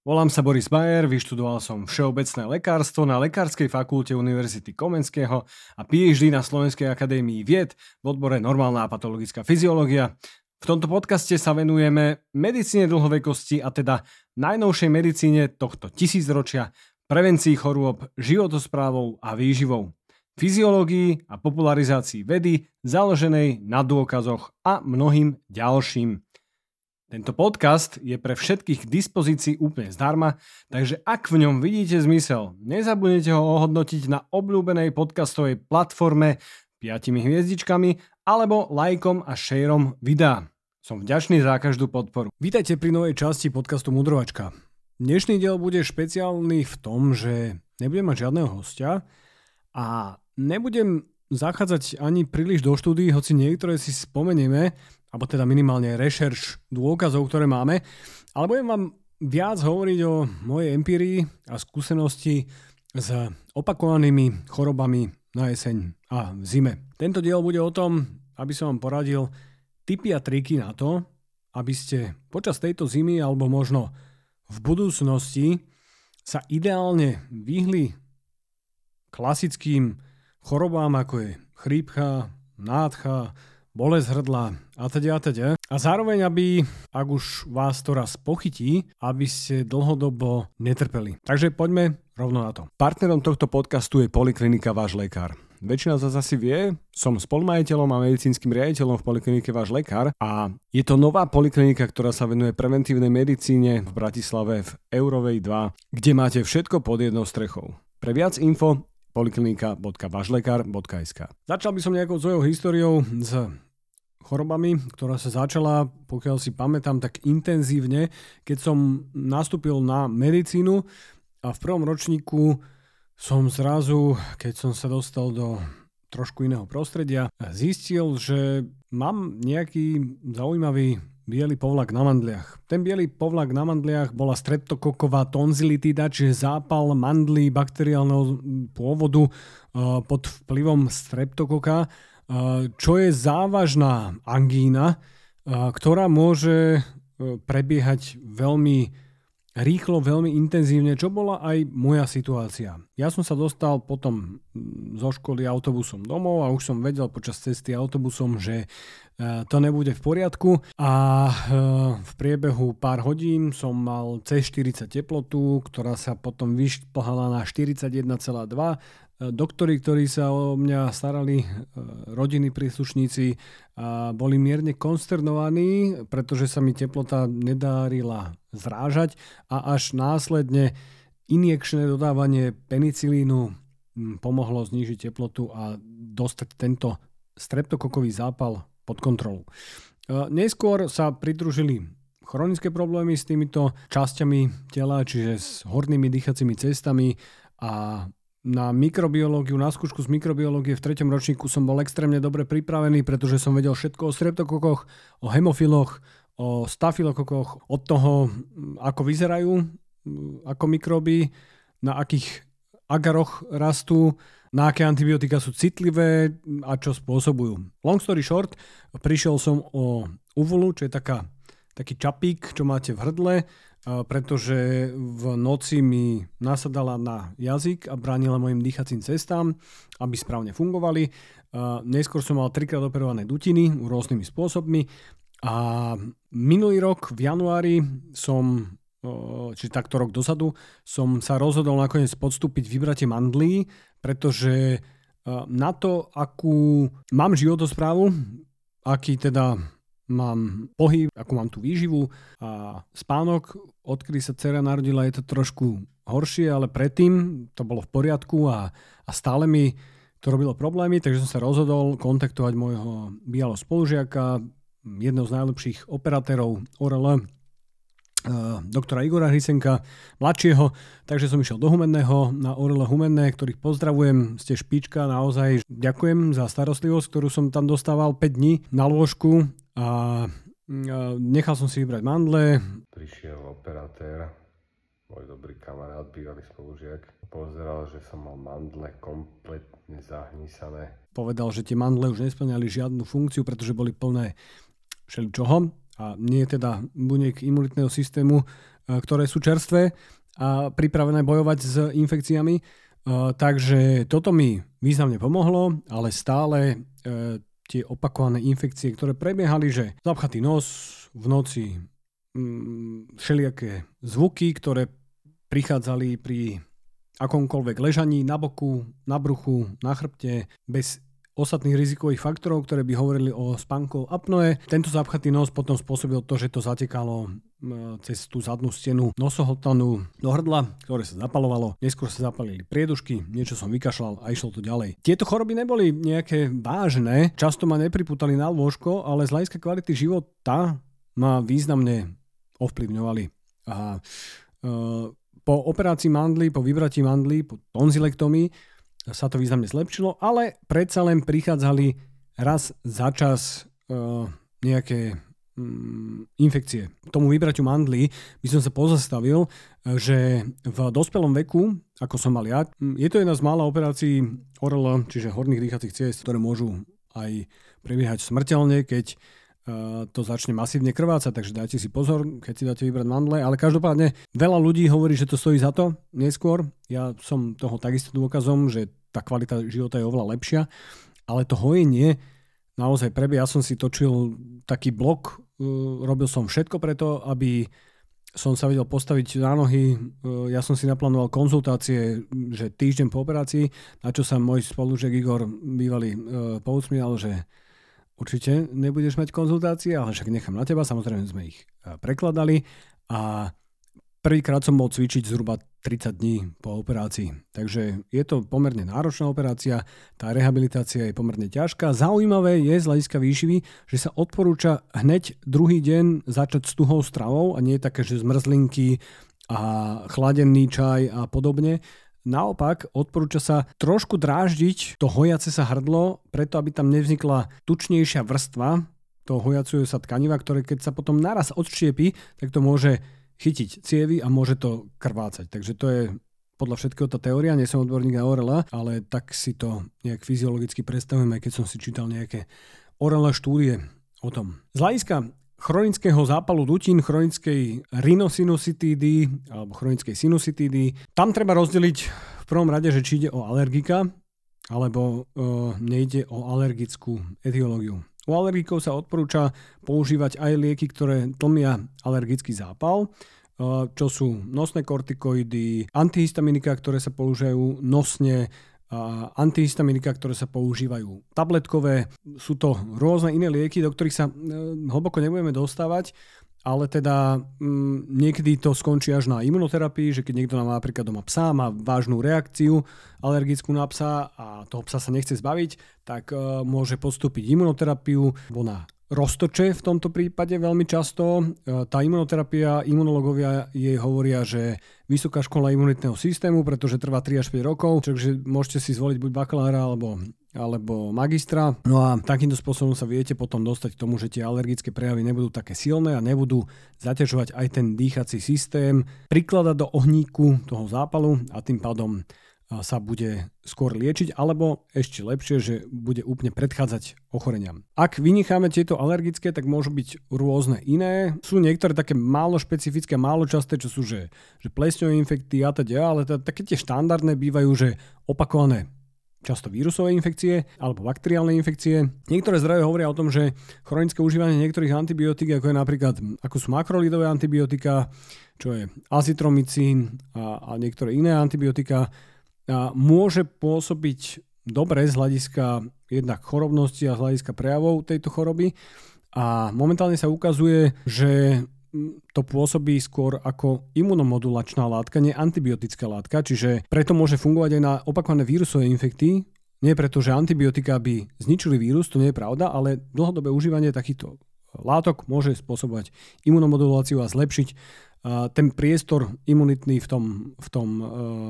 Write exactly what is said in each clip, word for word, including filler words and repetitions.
Volám sa Boris Bajer, vyštudoval som všeobecné lekárstvo na Lekárskej fakulte Univerzity Komenského a PhD na Slovenskej akadémii vied v odbore normálna a patologická fyziológia. V tomto podcaste sa venujeme medicíne dlhovekosti a teda najnovšej medicíne tohto tisícročia, prevencii chorôb, životosprávou a výživou, fyziológii a popularizácii vedy založenej na dôkazoch a mnohým ďalším. Tento podcast je pre všetkých k dispozícii úplne zdarma, takže ak v ňom vidíte zmysel, nezabudnite ho ohodnotiť na obľúbenej podcastovej platforme piatimi hviezdičkami alebo lajkom a šejrom videa. Som vďačný za každú podporu. Vítajte pri novej časti podcastu Mudrovačka. Dnešný diel bude špeciálny v tom, že nebudem mať žiadneho hostia a nebudem zachádzať ani príliš do štúdií, hoci niektoré si spomenieme, alebo teda minimálne rešerš dôkazov, ktoré máme, ale budem vám viac hovoriť o mojej empírii a skúsenosti s opakovanými chorobami na jeseň a v zime. Tento diel bude o tom, aby som vám poradil tipy a triky na to, aby ste počas tejto zimy alebo možno v budúcnosti sa ideálne vyhli klasickým chorobám, ako je chrípka, nádcha, bolesť hrdla a teda a teda. A zároveň, aby, ak už vás to raz pochytí, aby ste dlhodobo netrpeli. Takže poďme rovno na to. Partnerom tohto podcastu je Poliklinika Váš lekár. Väčšina z vás asi vie, som spolumajiteľom a medicínskym riaditeľom v Poliklinike Váš lekár a je to nová poliklinika, ktorá sa venuje preventívnej medicíne v Bratislave v Eurovej dva, kde máte všetko pod jednou strechou. Pre viac info poliklinika bodka vášlekár bodka es ká. Začal by som nejakou svojou históriou s chorobami, ktorá sa začala, pokiaľ si pamätám, tak intenzívne, keď som nastúpil na medicínu a v prvom ročníku som zrazu, keď som sa dostal do trošku iného prostredia, zistil, že mám nejaký zaujímavý biely povlak na mandliach. Ten biely povlak na mandliach bola streptokoková tonzilitída, čiže zápal mandlí bakteriálneho pôvodu pod vplyvom streptokoka, čo je závažná angína, ktorá môže prebiehať veľmi rýchlo, veľmi intenzívne, čo bola aj moja situácia. Ja som sa dostal potom zo školy autobusom domov a už som vedel počas cesty autobusom, že to nebude v poriadku a v priebehu pár hodín som mal cez štyridsať teplotu, ktorá sa potom vyšplhala na štyridsaťjeden celá dva. Doktori, ktorí sa o mňa starali, rodinní príslušníci, boli mierne konsternovaní, pretože sa mi teplota nedárila zrážať a až následne injekčné dodávanie penicilínu pomohlo znížiť teplotu a dostať tento streptokokový zápal pod kontrolu. Neskôr sa pridružili chronické problémy s týmito časťami tela, čiže s hornými dýchacími cestami a na mikrobiológiu, na skúšku z mikrobiológie v treťom ročníku som bol extrémne dobre pripravený, pretože som vedel všetko o streptokokoch, o hemofiloch, o stafilokokoch, od toho, ako vyzerajú ako mikróby, na akých agaroch rastú, na aké antibiotika sú citlivé a čo spôsobujú. Long story short, prišiel som o uvulu, čo je taká, taký čapík, čo máte v hrdle, pretože v noci mi nasadala na jazyk a bránila mojim dýchacím cestám, aby správne fungovali. Neskôr som mal trikrát operované dutiny rôznymi spôsobmi a minulý rok v januári som, čiže takto rok dozadu, som sa rozhodol nakoniec podstúpiť vybratie mandlí, pretože na to, akú mám životosprávu, aký teda mám pohyb, akú mám tú výživu a spánok, odkedy sa dcera narodila, je to trošku horšie, ale predtým to bolo v poriadku a, a stále mi to robilo problémy, takže som sa rozhodol kontaktovať môjho bývalého spolužiaka, jedného z najlepších operatérov ó er el, doktora Igora Hrysenka, mladšieho, takže som išiel do Humenného na ó er el Humenné, ktorých pozdravujem, ste špička, naozaj ďakujem za starostlivosť, ktorú som tam dostával päť dní na lôžku a nechal som si vybrať mandle. Prišiel operatér, môj dobrý kamarát, bývalý spolužiak, pozeral, že som mal mandle kompletne zahnísané. Povedal, že tie mandle už nesplňali žiadnu funkciu, pretože boli plné všeličoho a nie teda buniek imunitného systému, ktoré sú čerstvé a pripravené bojovať s infekciami. Takže toto mi významne pomohlo, ale stále tie opakované infekcie, ktoré prebiehali, že zapchatý nos v noci, všelijaké zvuky, ktoré prichádzali pri akomkoľvek ležaní na boku, na bruchu, na chrbte, bez ostatných rizikových faktorov, ktoré by hovorili o spánkov apnoe. Tento zapchatý nos potom spôsobil to, že to zatekalo cez tú zadnú stenu nosohltanu do hrdla, ktoré sa zapalovalo. Neskôr sa zapalili priedušky, niečo som vykašľal a išlo to ďalej. Tieto choroby neboli nejaké vážne, často ma nepripútali na lôžko, ale z hľadiska kvality života ma významne ovplyvňovali. A e, po operácii mandly, po vybratí mandly, po tonzilektomii sa to významne zlepšilo, ale predsa len prichádzali raz za čas e, nejaké mm, infekcie. K tomu vybratiu mandly by som sa pozastavil, že v dospelom veku, ako som mal ja, je to jedna z mála operácií O R L, čiže horných dýchacích ciest, ktoré môžu aj prebiehať smrteľne, keď to začne masívne krvácať, takže dajte si pozor, keď si dáte vybrať mandle, ale každopádne veľa ľudí hovorí, že to stojí za to neskôr. Ja som toho takisto dôkazom, že tá kvalita života je oveľa lepšia, ale to hojenie naozaj prebieha. Ja som si točil taký blog, robil som všetko preto, aby som sa vedel postaviť na nohy. Ja som si naplánoval konzultácie, že týždeň po operácii, na čo sa môj spolužiak Igor bývalý pousmial, že určite nebudeš mať konzultácie, ale však nechám na teba. Samozrejme sme ich prekladali a prvýkrát som bol cvičiť zhruba tridsať dní po operácii. Takže je to pomerne náročná operácia, tá rehabilitácia je pomerne ťažká. Zaujímavé je z hľadiska výživy, že sa odporúča hneď druhý deň začať s tuhou stravou a nie je také, že zmrzlinky a chladený čaj a podobne. Naopak, odporúča sa trošku dráždiť to hojace sa hrdlo, preto aby tam nevznikla tučnejšia vrstva toho hojacujúceho sa tkaniva, ktoré keď sa potom naraz odštiepi, tak to môže chytiť cievy a môže to krvácať. Takže to je podľa všetkého tá teória, nie som odborník na O R L, ale tak si to nejak fyziologicky predstavujem, aj keď som si čítal nejaké O R L štúdie o tom. Z hľadiska chronického zápalu dutín, chronickej rhinosinusitídy alebo chronickej sinusitídy. Tam treba rozdeliť v prvom rade, že či ide o alergika alebo e, nejde o alergickú etiológiu. U alergikov sa odporúča používať aj lieky, ktoré tlmia alergický zápal, e, čo sú nosné kortikoidy, antihistaminika, ktoré sa používajú nosne, a antihistaminika, ktoré sa používajú tabletkové. Sú to rôzne iné lieky, do ktorých sa hlboko nebudeme dostávať, ale teda m, niekedy to skončí až na imunoterapii, že keď niekto má napríklad doma psa, má vážnu reakciu alergickú na psa a toho psa sa nechce zbaviť, tak e, môže podstúpiť imunoterapiu alebo na roztoče v tomto prípade veľmi často. Tá imunoterapia, imunológovia jej hovoria, že vysoká škola imunitného systému, pretože trvá tri až päť rokov, takže môžete si zvoliť buď bakalára alebo, alebo magistra. No a takýmto spôsobom sa viete potom dostať k tomu, že tie alergické prejavy nebudú také silné a nebudú zaťažovať aj ten dýchací systém, prikladať do ohníku toho zápalu a tým pádom sa bude skôr liečiť, alebo ešte lepšie, že bude úplne predchádzať ochoreniam. Ak vynecháme tieto alergické, tak môžu byť rôzne iné. Sú niektoré také málo špecifické, málo časté, čo sú, že, že plesňové infekty a teda, ale teda, také tie štandardné bývajú, že opakované často vírusové infekcie alebo bakteriálne infekcie. Niektoré zdroje hovoria o tom, že chronické užívanie niektorých antibiotík, ako je napríklad, ako sú makrolidové antibiotika, čo je azitromycín a, a niektoré iné antibiotika, a môže pôsobiť dobre z hľadiska jednak chorobnosti a z hľadiska prejavov tejto choroby. A momentálne sa ukazuje, že to pôsobí skôr ako imunomodulačná látka, nie antibiotická látka, čiže preto môže fungovať aj na opakované vírusové infekty. Nie preto, že antibiotika by zničili vírus, to nie je pravda, ale dlhodobé užívanie takýchto látok môže spôsobovať imunomoduláciu a zlepšiť ten priestor imunitný v tom, v tom e,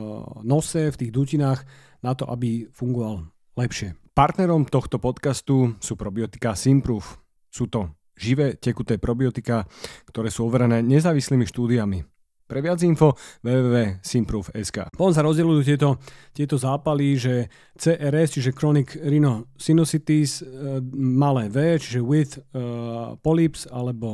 nose, v tých dutinách na to, aby fungoval lepšie. Partnerom tohto podcastu sú probiotika Simproof. Sú to živé tekuté probiotika, ktoré sú overené nezávislými štúdiami. Pre viac info w w w bodka simproof bodka es ka. Potom sa rozdeľujú tieto, tieto zápaly, že C R S, čiže Chronic Rhinosinusitis, e, malé V, čiže with e, polyps, alebo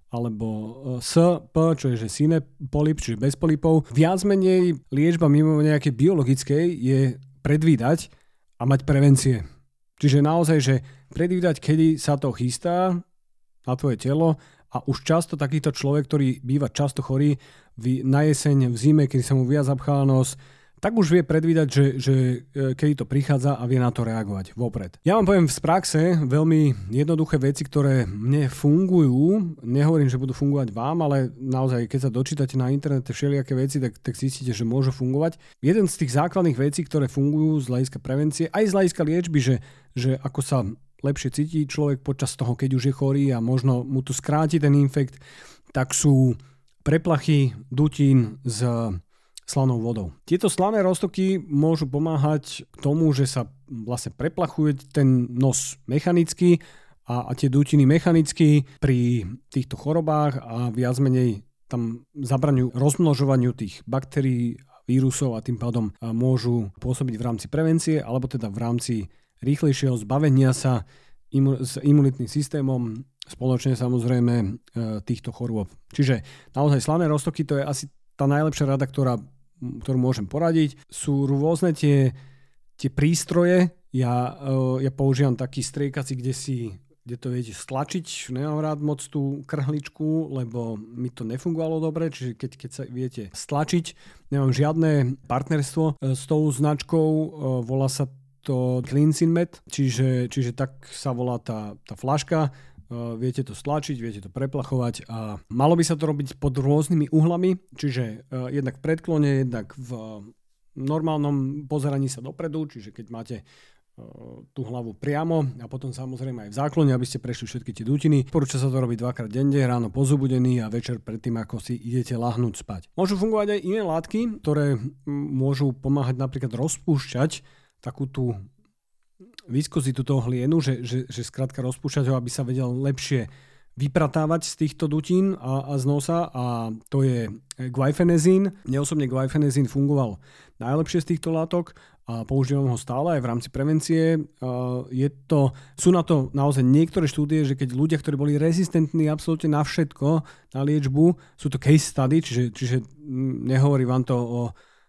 alebo S P, čo je že sine polyp, čiže bez polypov. Viac menej liečba mimo nejakej biologickej je predvídať a mať prevencie. Čiže naozaj, že predvídať, kedy sa to chystá na tvoje telo a už často takýto človek, ktorý býva často chorý na jeseň, v zime, kedy sa mu viac zapcháva nos, tak už vie predvídať, že, že kedy to prichádza a vie na to reagovať vopred. Ja vám poviem z praxe veľmi jednoduché veci, ktoré mne fungujú. Nehovorím, že budú fungovať vám, ale naozaj, keď sa dočítate na internete všelijaké veci, tak, tak zistíte, že môžu fungovať. Jeden z tých základných vecí, ktoré fungujú z hľadiska prevencie, aj z hľadiska liečby, že, že ako sa lepšie cíti človek počas toho, keď už je chorý a možno mu to skráti ten infekt, tak sú preplachy dutín z slanou vodou. Tieto slané roztoky môžu pomáhať k tomu, že sa vlastne preplachuje ten nos mechanicky a, a tie dutiny mechanicky pri týchto chorobách a viac menej tam zabraňujú rozmnožovaniu tých baktérií, vírusov a tým pádom môžu pôsobiť v rámci prevencie alebo teda v rámci rýchlejšieho zbavenia sa imu, s imunitným systémom spoločne samozrejme týchto chorôb. Čiže naozaj slané roztoky to je asi tá najlepšia rada, ktorá ktorú môžem poradiť. Sú rôzne tie, tie prístroje. Ja, ja používam taký striekací, kde si kde to viete stlačiť. Nemám rád moc tú krhličku, lebo mi to nefungovalo dobre, čiže keď, keď sa viete stlačiť. Nemám žiadne partnerstvo s tou značkou. Volá sa to CleanSynMed, čiže, čiže tak sa volá tá, tá fľaška. Uh, viete to stlačiť, viete to preplachovať a malo by sa to robiť pod rôznymi uhlami, čiže uh, jednak v predklone, jednak v uh, normálnom pozeraní sa dopredu, čiže keď máte uh, tú hlavu priamo a potom samozrejme aj v záklone, aby ste prešli všetky tie dutiny. Porúča sa to robiť dvakrát denne, ráno po zobudení a večer predtým, ako si idete lahnúť spať. Môžu fungovať aj iné látky, ktoré môžu pomáhať napríklad rozpúšťať takú tú viskozitu toho hlienu, že, že, že skrátka rozpúšťať ho, aby sa vedel lepšie vypratávať z týchto dutín a, a z nosa a to je guaifenazín. Mne osobne guaifenazín fungoval najlepšie z týchto látok a používam ho stále aj v rámci prevencie. Je to, sú na to naozaj niektoré štúdie, že keď ľudia, ktorí boli rezistentní absolútne na všetko, na liečbu, sú to case study, čiže, čiže nehovorí vám to o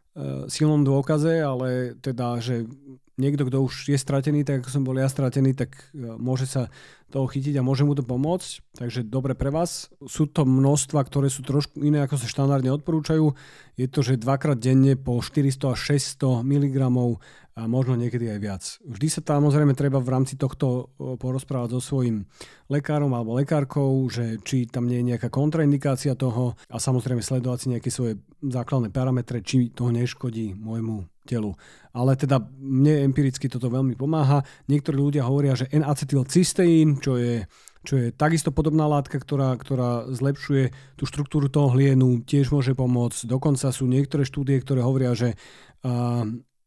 silnom dôkaze, ale teda, že niekto, kto už je stratený, tak ako som bol ja stratený, tak môže sa toho chytiť a môže mu to pomôcť. Takže dobre pre vás. Sú to množstva, ktoré sú trošku iné, ako sa štandardne odporúčajú. Je to, že dvakrát denne po štyristo až šesťsto miligramov a možno niekedy aj viac. Vždy sa samozrejme treba v rámci tohto porozprávať so svojím lekárom alebo lekárkou, že či tam nie je nejaká kontraindikácia toho a samozrejme sledovať si nejaké svoje základné parametre, či to neškodí môjmu telu. Ale teda mne empiricky toto veľmi pomáha. Niektorí ľudia hovoria, že N-acetylcysteín, čo je, čo je takisto podobná látka, ktorá, ktorá zlepšuje tú štruktúru toho hlienu, tiež môže pomôcť. Dokonca sú niektoré štúdie, ktoré hovoria, že uh,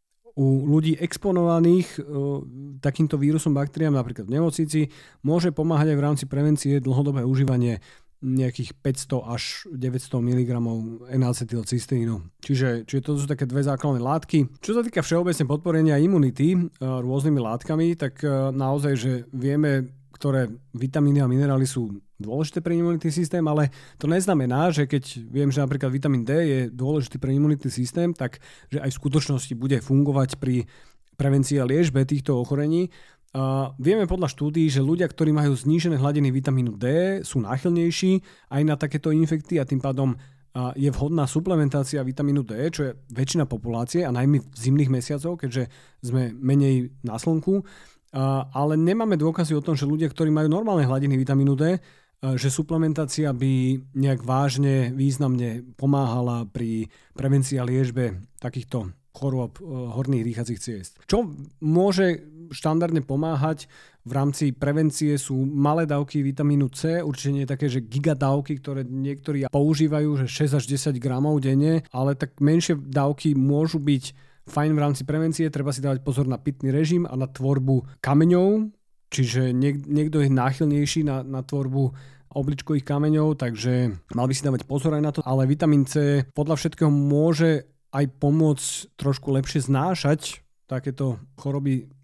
u ľudí exponovaných uh, takýmto vírusom, baktériám, napríklad v nemocnici, môže pomáhať aj v rámci prevencie dlhodobé užívanie nejakých päťsto až deväťsto miligramov N-acetylcysteínu. Čiže, čiže to sú také dve základné látky. Čo sa týka všeobecne podporenia imunity uh, rôznymi látkami, tak uh, naozaj, že vieme, ktoré vitamíny a minerály sú dôležité pre imunitný systém, ale to neznamená, že keď viem, že napríklad vitamín D je dôležitý pre imunitný systém, tak že aj v skutočnosti bude fungovať pri prevencii a liečbe týchto ochorení. Uh, vieme podľa štúdií, že ľudia, ktorí majú znížené hladiny vitamínu D, sú náchylnejší aj na takéto infekty a tým pádom uh, je vhodná suplementácia vitamínu D, čo je väčšina populácie a najmä v zimných mesiacoch, keďže sme menej na slnku. Uh, ale nemáme dôkazy o tom, že ľudia, ktorí majú normálne hladiny vitamínu D, uh, že suplementácia by nejak vážne, významne pomáhala pri prevencii a liečbe takýchto chorôb horných dýchacích ciest. Čo môže štandardne pomáhať v rámci prevencie sú malé dávky vitamínu C, určite nie také, že gigadávky, ktoré niektorí používajú, že šesť až desať gramov denne, ale tak menšie dávky môžu byť fajn v rámci prevencie. Treba si dávať pozor na pitný režim a na tvorbu kameňov, čiže niek- niekto je náchylnejší na, na tvorbu obličkových kameňov, takže mal by si dávať pozor aj na to, ale vitamín C podľa všetkého môže aj pomôcť trošku lepšie znášať takéto choroby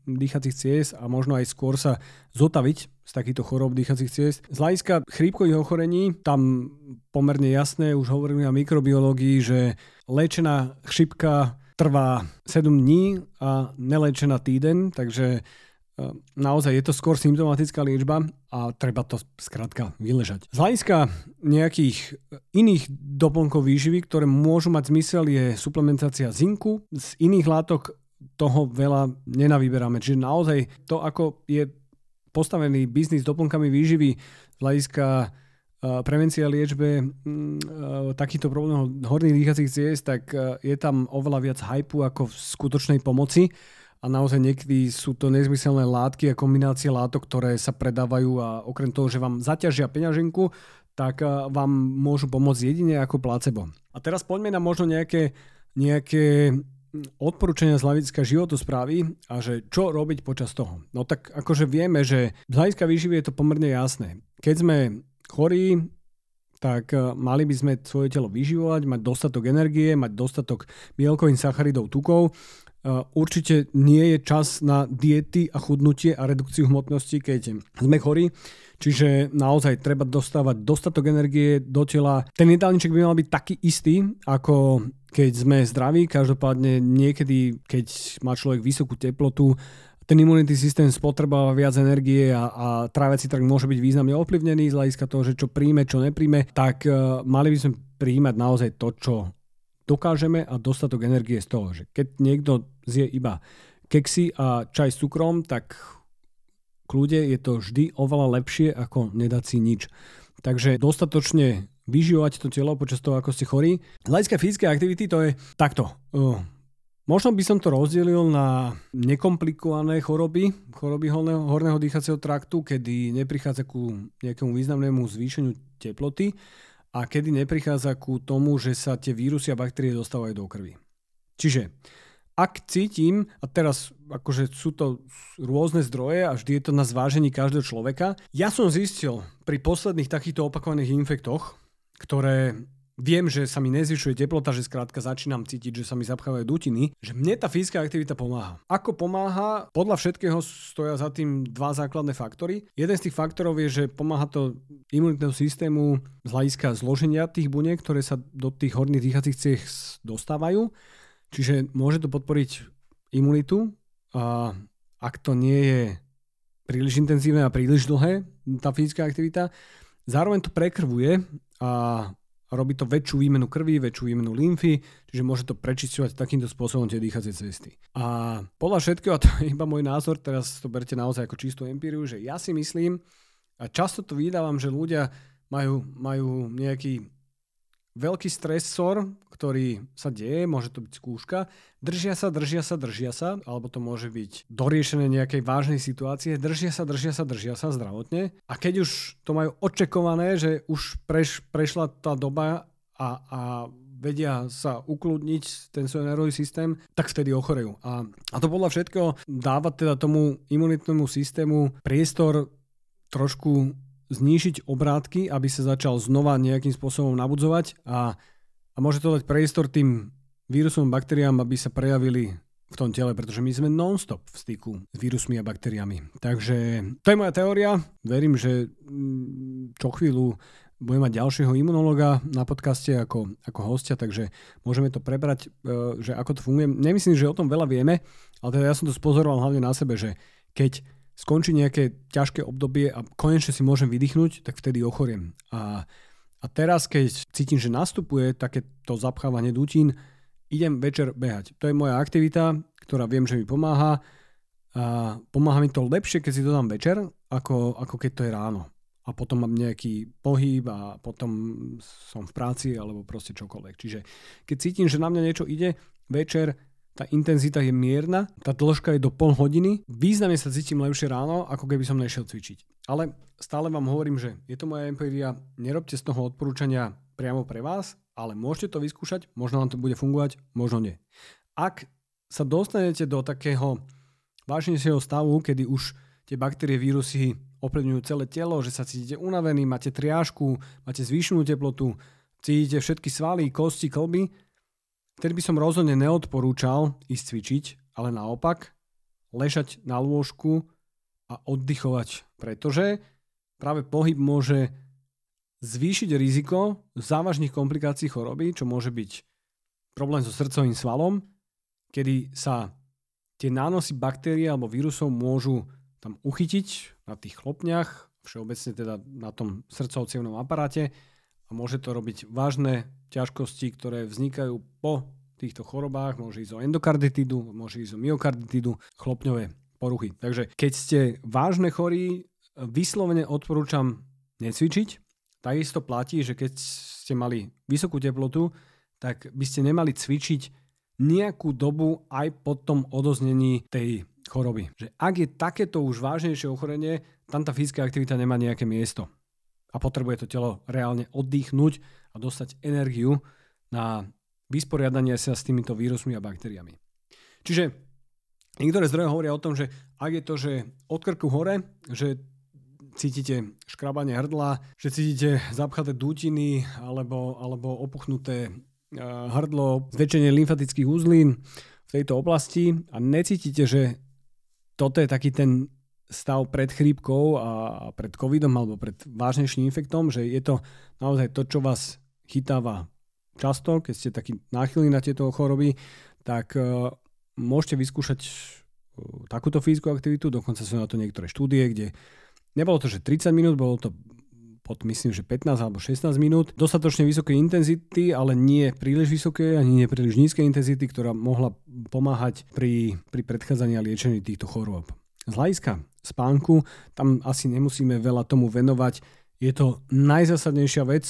dýchacích ciest a možno aj skôr sa zotaviť z takýchto chorób dýchacích ciest. Z hľadiska chrípkových ochorení, tam pomerne jasné, už hovoríme o mikrobiológii, že léčená chřipka trvá sedem dní a neléčená týden, takže naozaj je to skôr symptomatická liečba a treba to skrátka vyležať. Z hľadiska nejakých iných doplnkov výživy, ktoré môžu mať zmysel, je suplementácia zinku. Z iných látok toho veľa nenavyberáme. Čiže naozaj to, ako je postavený biznis s doplnkami výživy z hľadiska prevencie a liečbe takýchto problémov horných dýchacích ciest, tak je tam oveľa viac hypu ako v skutočnej pomoci. A naozaj niekedy sú to nezmyselné látky a kombinácie látok, ktoré sa predávajú a okrem toho, že vám zaťažia peňaženku, tak vám môžu pomôcť jedine ako placebo. A teraz poďme na možno nejaké, nejaké odporúčania z hľadiska životosprávy a že čo robiť počas toho. No tak akože vieme, že z hľadiska výživy je to pomerne jasné. Keď sme chorí, tak mali by sme svoje telo vyživovať, mať dostatok energie, mať dostatok bielkovín, sacharidov, tukov. Určite nie je čas na diety a chudnutie a redukciu hmotnosti, keď sme chorí. Čiže naozaj treba dostávať dostatok energie do tela. Ten jedálniček by mal byť taký istý, ako keď sme zdraví. Každopádne niekedy, keď má človek vysokú teplotu, ten imunitný systém spotrebováva viac energie a, a tráviaci trakt môže byť významne ovplyvnený z hľadiska toho, že čo príjme, čo nepríjme. Tak uh, mali by sme prijímať naozaj to, čo dokážeme a dostatok energie z toho, že keď niekto zje iba keksy a čaj s cukrom, tak kľude je to vždy oveľa lepšie ako nedať si nič. Takže dostatočne vyživovať to telo počas toho, ako ste chorí. Z hľadiska fyzickej aktivity to je takto. Uh, možno by som to rozdelil na nekomplikované choroby, choroby horného, horného dýchacieho traktu, kedy neprichádza ku nejakému významnému zvýšeniu teploty a kedy neprichádza ku tomu, že sa tie vírusy a baktérie dostávajú do krvi. Čiže ak cítim, a teraz akože sú to rôzne zdroje a vždy je to na zvážení každého človeka, ja som zistil pri posledných takýchto opakovaných infektoch, ktoré viem, že sa mi nezvyšuje teplota, že skrátka začínam cítiť, že sa mi zapchávajú dutiny, že mne tá fyzická aktivita pomáha. Ako pomáha? Podľa všetkého stoja za tým dva základné faktory. Jeden z tých faktorov je, že pomáha to imunitnému systému z hľadiska zloženia tých buniek, ktoré sa do tých horných dýchacích ciest dostávajú. Čiže môže to podporiť imunitu a ak to nie je príliš intenzívne a príliš dlhé, tá fyzická aktivita, zároveň to prekrvuje a a robí to väčšiu výmenu krvi, väčšiu výmenu lymfy, čiže môže to prečisťovať takýmto spôsobom tie dýchacie cesty. A podľa všetkého, a to je iba môj názor, teraz to berte naozaj ako čistú empíriu, že ja si myslím, a často to vydávam, že ľudia majú, majú nejaký veľký stresor, ktorý sa deje, môže to byť skúška, držia sa, držia sa, držia sa, alebo to môže byť doriešené nejakej vážnej situácie, držia sa, držia sa, držia sa zdravotne a keď už to majú očekované, že už preš, prešla tá doba a, a vedia sa ukludniť ten svoj nervový systém, tak vtedy ochorejú. A, a to podľa všetkého dáva teda tomu imunitnému systému priestor trošku znížiť obrátky, aby sa začal znova nejakým spôsobom nabudzovať a, a môže to dať priestor tým vírusom a baktériám, aby sa prejavili v tom tele, pretože my sme non-stop v styku s vírusmi a baktériami. Takže to je moja teória. Verím, že čo chvíľu budem mať ďalšieho imunológa na podcaste ako, ako hostia, takže môžeme to prebrať, že ako to funguje. Nemyslím, že o tom veľa vieme, ale teda ja som to spozoroval hlavne na sebe, že keď skončí nejaké ťažké obdobie a konečne si môžem vydýchnuť, tak vtedy ochoriem. A, a teraz, keď cítim, že nastupuje takéto zapchávanie dutín, idem večer behať. To je moja aktivita, ktorá viem, že mi pomáha. A pomáha mi to lepšie, keď si to dám večer, ako, ako keď to je ráno. A potom mám nejaký pohyb a potom som v práci alebo proste čokoľvek. Čiže keď cítim, že na mňa niečo ide, večer tá intenzita je mierna, tá dĺžka je do pol hodiny. Významne sa cítim lepšie ráno, ako keby som nešiel cvičiť. Ale stále vám hovorím, že je to moja empíria, nerobte z toho odporúčania priamo pre vás, ale môžete to vyskúšať, možno vám to bude fungovať, možno nie. Ak sa dostanete do takého vážnejšieho stavu, kedy už tie baktérie, vírusy ovplyvňujú celé telo, že sa cítite unavení, máte triážku, máte zvýšenú teplotu, cítite všetky svaly, kosti, kĺby, vtedy by som rozhodne neodporúčal ísť cvičiť, ale naopak ležať na lôžku a oddychovať, pretože práve pohyb môže zvýšiť riziko závažných komplikácií choroby, čo môže byť problém so srdcovým svalom, kedy sa tie nánosy baktérií alebo vírusov môžu tam uchytiť na tých chlopniach, všeobecne teda na tom srdcovo-cievnom aparáte a môže to robiť vážne ťažkosti, ktoré vznikajú po týchto chorobách. Môže ísť o endokarditidu, môže ísť o myokarditidu, chlopňové poruchy. Takže keď ste vážne chorí, vyslovene odporúčam necvičiť. Takisto platí, že keď ste mali vysokú teplotu, tak by ste nemali cvičiť nejakú dobu aj po tom odoznení tej choroby. Že ak je takéto už vážnejšie ochorenie, tam tá fyzická aktivita nemá nejaké miesto. A potrebuje to telo reálne oddychnúť a dostať energiu na vysporiadanie sa s týmito vírusmi a baktériami. Čiže niektoré zdroje hovoria o tom, že ak je to, že od krku hore, že cítite škrabanie hrdla, že cítite zapchaté dútiny alebo, alebo opuchnuté uh, hrdlo, zväčšenie lymfatických uzlín v tejto oblasti a necítite, že toto je taký ten stav pred chrípkou a pred covidom alebo pred vážnejším infektom, že je to naozaj to, čo vás chytáva často, keď ste takí náchylní na tieto choroby, tak uh, môžete vyskúšať uh, takúto fyzickú aktivitu, dokonca sú na to niektoré štúdie, kde nebolo to, že tridsať minút, bolo to pod, myslím, že pätnásť alebo šestnásť minút. Dostatočne vysokej intenzity, ale nie príliš vysoké, ani nie príliš nízkej intenzity, ktorá mohla pomáhať pri, pri predchádzaní a liečení týchto chorôb. Z hľadiska spánku, tam asi nemusíme veľa tomu venovať. Je to najzásadnejšia vec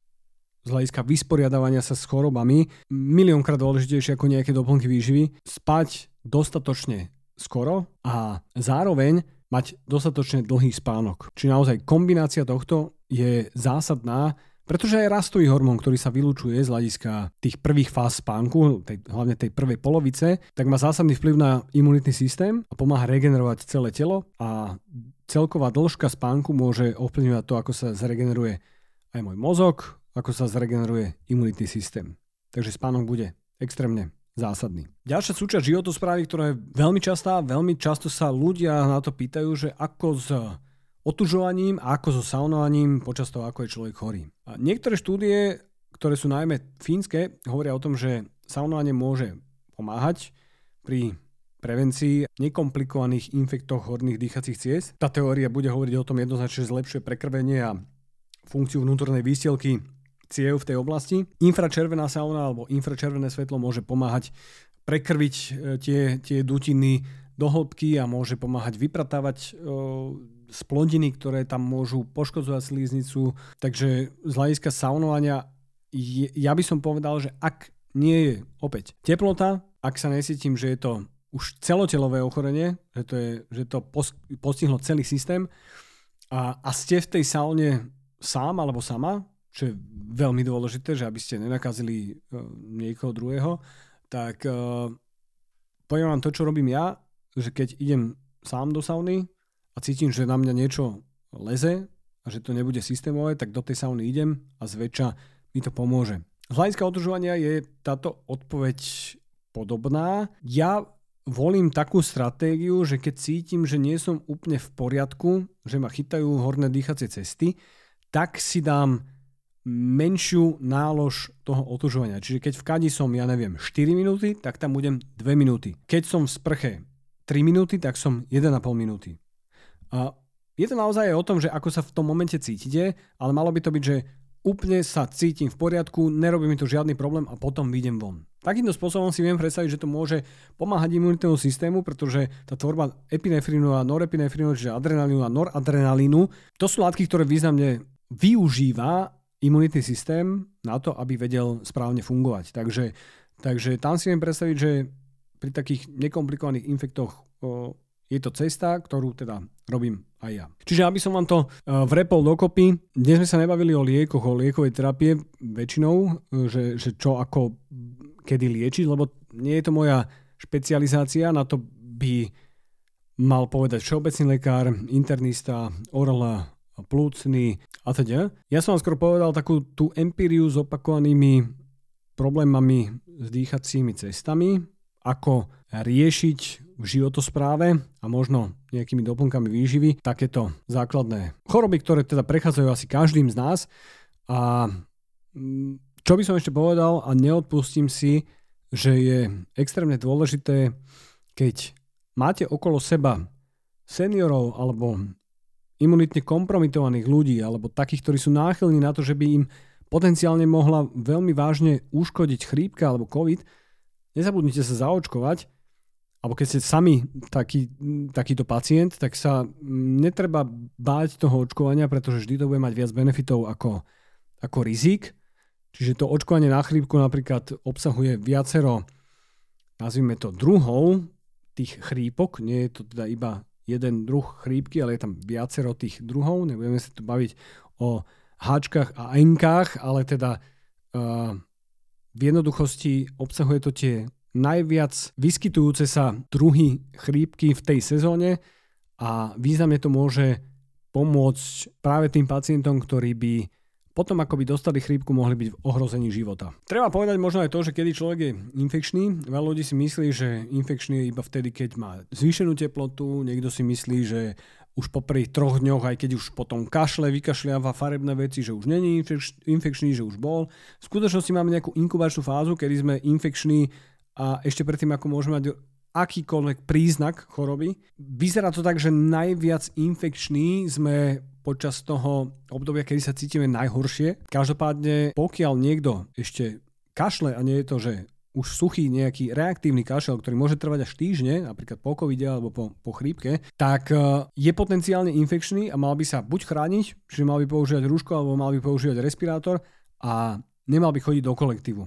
z hľadiska vysporiadavania sa s chorobami. Miliónkrát dôležitejšie ako nejaké doplnky výživy. Spať dostatočne skoro a zároveň mať dostatočne dlhý spánok. Čiže naozaj kombinácia tohto je zásadná, pretože aj rastový hormón, ktorý sa vylučuje z hľadiska tých prvých fáz spánku, tej, hlavne tej prvej polovice, tak má zásadný vplyv na imunitný systém a pomáha regenerovať celé telo a celková dĺžka spánku môže ovplyvňovať to, ako sa zregeneruje aj môj mozog, ako sa zregeneruje imunitný systém. Takže spánok bude extrémne zásadný. Ďalšia súčasť životosprávy, ktorá je veľmi častá, veľmi často sa ľudia na to pýtajú, že ako s otužovaním a ako so saunovaním počas toho, ako je človek chorý. A niektoré štúdie, ktoré sú najmä fínske, hovoria o tom, že saunovanie môže pomáhať pri prevencii nekomplikovaných infektoch horných dýchacích ciest. Tá teória bude hovoriť o tom jednoznačne, že zlepšuje prekrvenie a funkciu vnútornej výstielky ciev v tej oblasti. Infračervená sauna alebo infračervené svetlo môže pomáhať prekrviť tie, tie dutiny do hĺbky a môže pomáhať vypratávať e, splodiny, ktoré tam môžu poškodzovať slíznicu. Takže z hľadiska saunovania je, ja by som povedal, že ak nie je opäť teplota, ak sa nesítim, že je to už celotelové ochorenie, že to, je, že to postihlo celý systém a, a ste v tej saune sám alebo sama, čo je veľmi dôležité, že aby ste nenakazili uh, niekoho druhého, tak uh, poviem vám to, čo robím ja, že keď idem sám do sauny a cítim, že na mňa niečo leze a že to nebude systémové, tak do tej sauny idem a zväčša mi to pomôže. Z hľadiska otužovania je táto odpoveď podobná. Ja volím takú stratégiu, že keď cítim, že nie som úplne v poriadku, že ma chytajú horné dýchacie cesty, tak si dám menšiu nálož toho otužovania. Čiže keď v kadi som, ja neviem, štyri minúty, tak tam budem dve minúty. Keď som v sprche tri minúty, tak som jeden a pol minúty. A je to naozaj o tom, že ako sa v tom momente cítite, ale malo by to byť, že úplne sa cítim v poriadku, nerobí mi to žiadny problém a potom vyjdem von. Takýmto spôsobom si viem predstaviť, že to môže pomáhať imunitnému systému, pretože tá tvorba epinefrínu a norepinefrínu, čiže adrenalínu a noradrenalínu, to sú látky, ktoré významne využíva imunitný systém na to, aby vedel správne fungovať. Takže, takže tam si viem predstaviť, že pri takých nekomplikovaných infektoch o, je to cesta, ktorú teda robím aj ja. Čiže aby som vám to vrepol dokopy, dnes sme sa nebavili o liekoch, o liekovej terapie väčšinou, že, že čo ako kedy liečiť, lebo nie je to moja špecializácia, na to by mal povedať všeobecný lekár, internista, orla, plúcny a teda. Ja som vám skoro povedal takú tú empíriu s opakovanými problémami s dýchacími cestami, ako riešiť v životospráve a možno nejakými doplnkami výživy takéto základné choroby, ktoré teda prechádzajú asi každým z nás. A čo by som ešte povedal a neodpustím si, že je extrémne dôležité, keď máte okolo seba seniorov alebo imunitne kompromitovaných ľudí alebo takých, ktorí sú náchylní na to, že by im potenciálne mohla veľmi vážne uškodiť chrípka alebo COVID, nezabudnite sa zaočkovať, alebo keď ste sami taký, takýto pacient, tak sa netreba báť toho očkovania, pretože vždy to bude mať viac benefitov ako, ako rizik. Čiže to očkovanie na chrípku napríklad obsahuje viacero, nazvime to druhov tých chrípok, nie je to teda iba jeden druh chrípky, ale je tam viacero tých druhov, nebudeme sa tu baviť o háčkach a enkách, ale teda uh, v jednoduchosti obsahuje to tie najviac vyskytujúce sa druhy chrípky v tej sezóne a významne to môže pomôcť práve tým pacientom, ktorí by potom, ako by dostali chrípku, mohli byť v ohrození života. Treba povedať možno aj to, že kedy človek je infekčný. Veľa ľudí si myslí, že infekčný je iba vtedy, keď má zvýšenú teplotu. Niekto si myslí, že už po prvých troch dňoch, aj keď už potom kašle, vykašľáva farebné veci, že už není infekčný, že už bol. V skutočnosti máme nejakú inkubačnú fázu, kedy sme infekční a ešte predtým, ako môžeme mať akýkoľvek príznak choroby. Vyzerá to tak, že najviac infekční sme počas toho obdobia, kedy sa cítime najhoršie. Každopádne, pokiaľ niekto ešte kašle a nie je to, že už suchý nejaký reaktívny kašel, ktorý môže trvať až týždne, napríklad po covide alebo po, po chrípke, tak je potenciálne infekčný a mal by sa buď chrániť, čiže mal by používať rúško alebo mal by používať respirátor a nemal by chodiť do kolektívu.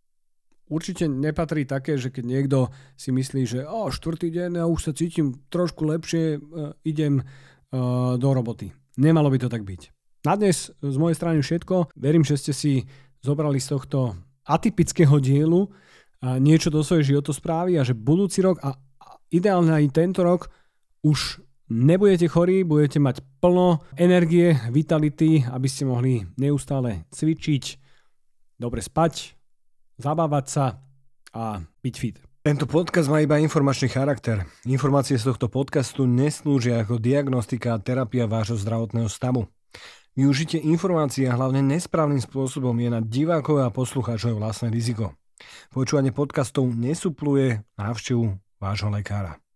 Určite nepatrí také, že keď niekto si myslí, že o, štvrtý deň ja už sa cítim trošku lepšie, uh, idem uh, do roboty. Nemalo by to tak byť. Na dnes z mojej strany všetko. Verím, že ste si zobrali z tohto atypického dielu uh, niečo do svojej životosprávy a že budúci rok a ideálne aj tento rok už nebudete chorí, budete mať plno energie, vitality, aby ste mohli neustále cvičiť, dobre spať, zabávať sa a byť fit. Tento podcast má iba informačný charakter. Informácie z tohto podcastu neslúžia ako diagnostika a terapia vášho zdravotného stavu. Využitie informácií a hlavne nesprávnym spôsobom je na divákov a poslucháčov vlastné riziko. Počúvanie podcastov nesupluje návštevu vášho lekára.